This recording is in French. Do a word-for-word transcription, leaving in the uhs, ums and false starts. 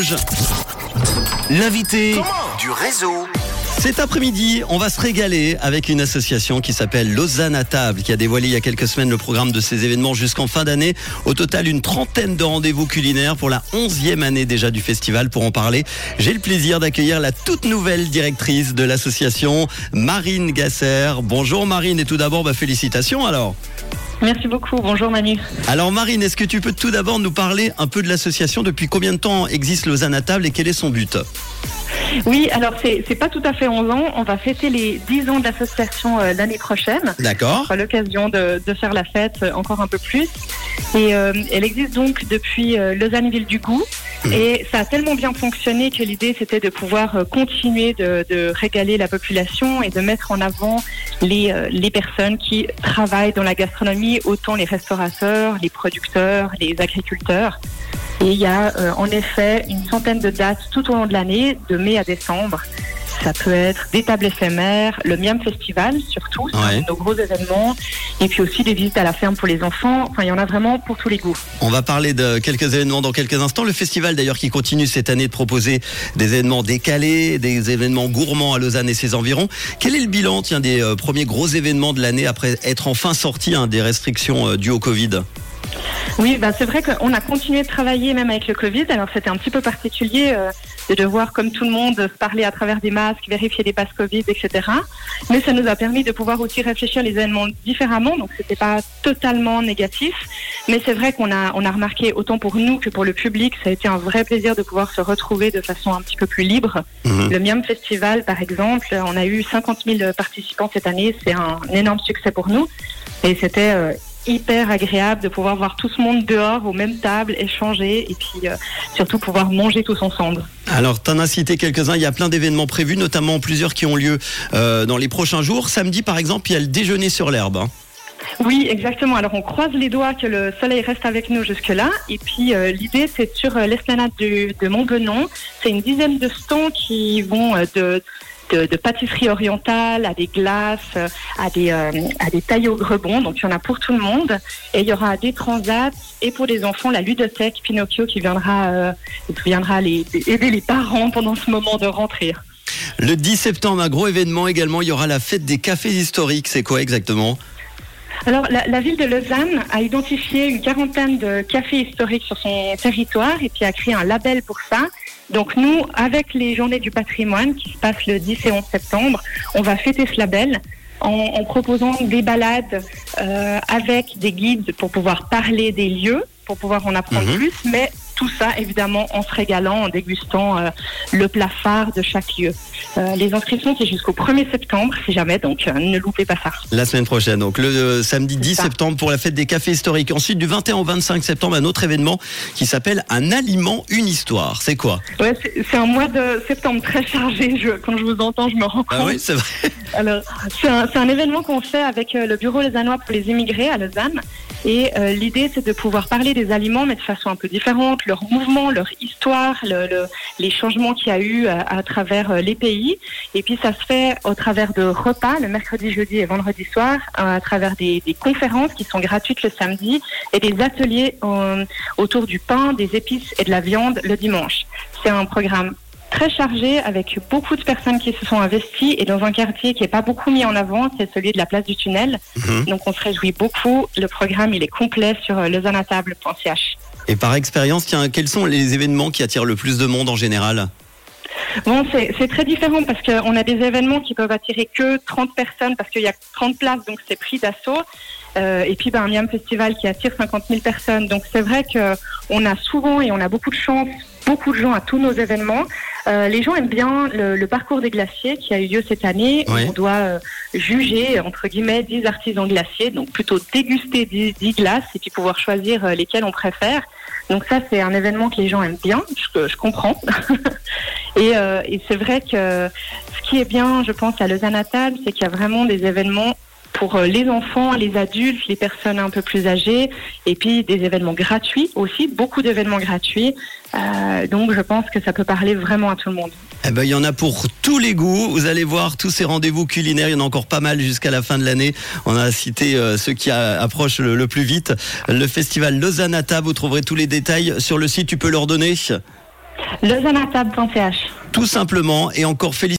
Rouge. L'invité du réseau. Cet après-midi, on va se régaler avec une association qui s'appelle Lausanne à table, qui a dévoilé il y a quelques semaines le programme de ces événements jusqu'en fin d'année. Au total, une trentaine de rendez-vous culinaires pour la onzième année déjà du festival. Pour en parler, j'ai le plaisir d'accueillir la toute nouvelle directrice de l'association, Marine Gasser. Bonjour Marine, et tout d'abord, bah, félicitations alors. Merci beaucoup, bonjour Manu. Alors Marine, est-ce que tu peux tout d'abord nous parler un peu de l'association? Depuis combien de temps existe Lausanne à table et quel est son but? Oui, alors c'est, c'est pas tout à fait onze ans, on va fêter les dix ans de l'association euh, l'année prochaine. D'accord. On aura l'occasion de, de faire la fête euh, encore un peu plus. Et euh, elle existe donc depuis euh, Lausanne Ville du Goût. Mmh. Et ça a tellement bien fonctionné que l'idée c'était de pouvoir euh, continuer de, de régaler la population et de mettre en avant les, euh, les personnes qui travaillent dans la gastronomie, autant les restaurateurs, les producteurs, les agriculteurs. Et il y a euh, en effet une centaine de dates tout au long de l'année, de mai à décembre. Ça peut être des tables éphémères, le Miam Festival surtout, c'est ouais. un de nos gros événements, et puis aussi des visites à la ferme pour les enfants. Enfin, il y en a vraiment pour tous les goûts. On va parler de quelques événements dans quelques instants. Le festival d'ailleurs qui continue cette année de proposer des événements décalés, des événements gourmands à Lausanne et ses environs. Quel est le bilan tiens, des euh, premiers gros événements de l'année après être enfin sorti hein, des restrictions euh, dues au Covid ? Oui, bah c'est vrai qu'on a continué de travailler même avec le Covid. Alors c'était un petit peu particulier euh, de devoir, comme tout le monde, se parler à travers des masques, vérifier des passes Covid, et cetera. Mais ça nous a permis de pouvoir aussi réfléchir les événements différemment. Donc c'était pas totalement négatif. Mais c'est vrai qu'on a, on a remarqué, autant pour nous que pour le public, ça a été un vrai plaisir de pouvoir se retrouver de façon un petit peu plus libre. Mmh. Le Miam Festival, par exemple, on a eu cinquante mille participants cette année. C'est un énorme succès pour nous. Et c'était... Euh, hyper agréable de pouvoir voir tout ce monde dehors aux mêmes tables, échanger et puis euh, surtout pouvoir manger tous ensemble. Alors, tu en as cité quelques-uns, il y a plein d'événements prévus, notamment plusieurs qui ont lieu euh, dans les prochains jours. Samedi, par exemple, il y a le déjeuner sur l'herbe. Hein. Oui, exactement. Alors, on croise les doigts que le soleil reste avec nous jusque-là. Et puis, euh, l'idée, c'est sur euh, l'esplanade du, de Montbenon. C'est une dizaine de stands qui vont euh, de... De, de pâtisserie orientale, à des glaces, à des, euh, à des tailles au grebon. Donc, il y en a pour tout le monde. Et il y aura des transats et pour les enfants, la ludothèque Pinocchio qui viendra, euh, qui viendra les, aider les parents pendant ce moment de rentrée. Le dix septembre, un gros événement également. Il y aura la fête des cafés historiques. C'est quoi exactement ? Alors, la, la ville de Lausanne a identifié une quarantaine de cafés historiques sur son territoire et puis a créé un label pour ça. Donc nous, avec les Journées du patrimoine qui se passent le dix et onze septembre, on va fêter ce label en, en proposant des balades euh, avec des guides pour pouvoir parler des lieux, pour pouvoir en apprendre mmh. plus, mais tout ça évidemment en se régalant, en dégustant euh, le plat phare de chaque lieu. Euh, les inscriptions c'est jusqu'au premier septembre si jamais, donc euh, ne loupez pas ça. La semaine prochaine, donc le euh, samedi dix septembre pour la fête des cafés historiques. Ensuite du vingt et un au vingt-cinq septembre, un autre événement qui s'appelle Un aliment, une histoire. C'est quoi ? Ouais, c'est, c'est un mois de septembre très chargé. Je, quand je vous entends, je me rends compte. Ah oui, c'est vrai. Alors, c'est un, c'est un événement qu'on fait avec euh, le Bureau lausannois pour les immigrés à Lausanne. Et euh, l'idée, c'est de pouvoir parler des aliments, mais de façon un peu différente, leur mouvement, leur histoire, le, le, les changements qu'il y a eu à, à travers euh, les pays. Et puis, ça se fait au travers de repas, le mercredi, jeudi et vendredi soir, euh, à travers des, des conférences qui sont gratuites le samedi et des ateliers euh, autour du pain, des épices et de la viande le dimanche. C'est un programme très chargé avec beaucoup de personnes qui se sont investies et dans un quartier qui n'est pas beaucoup mis en avant, c'est celui de la place du Tunnel. Mmh. Donc on se réjouit beaucoup. Le programme il est complet sur lausanne à table point c h. Et par expérience, tiens, quels sont les événements qui attirent le plus de monde en général ? Bon, c'est, c'est très différent parce qu'on a des événements qui peuvent attirer que trente personnes parce qu'il y a trente places, donc c'est pris d'assaut. Euh, et puis ben, un Miam Festival qui attire cinquante mille personnes. Donc c'est vrai qu'on a souvent et on a beaucoup de chance, beaucoup de gens à tous nos événements. Euh, les gens aiment bien le, le parcours des glaciers qui a eu lieu cette année. Oui. On doit euh, juger, entre guillemets, dix artisans glaciers, donc plutôt déguster dix, dix glaces et puis pouvoir choisir euh, lesquelles on préfère. Donc ça, c'est un événement que les gens aiment bien, je, je comprends. et, euh, et c'est vrai que ce qui est bien, je pense, à Lausanne à table, c'est qu'il y a vraiment des événements pour les enfants, les adultes, les personnes un peu plus âgées, et puis des événements gratuits aussi, beaucoup d'événements gratuits. Euh, donc je pense que ça peut parler vraiment à tout le monde. Eh ben, il y en a pour tous les goûts. Vous allez voir tous ces rendez-vous culinaires. Il y en a encore pas mal jusqu'à la fin de l'année. On a cité euh, ceux qui a, approchent le, le plus vite. Le festival Lausanne à table. Vous trouverez tous les détails sur le site. Tu peux leur donner ? lausanne à table point c h. Tout simplement, et encore félicitations.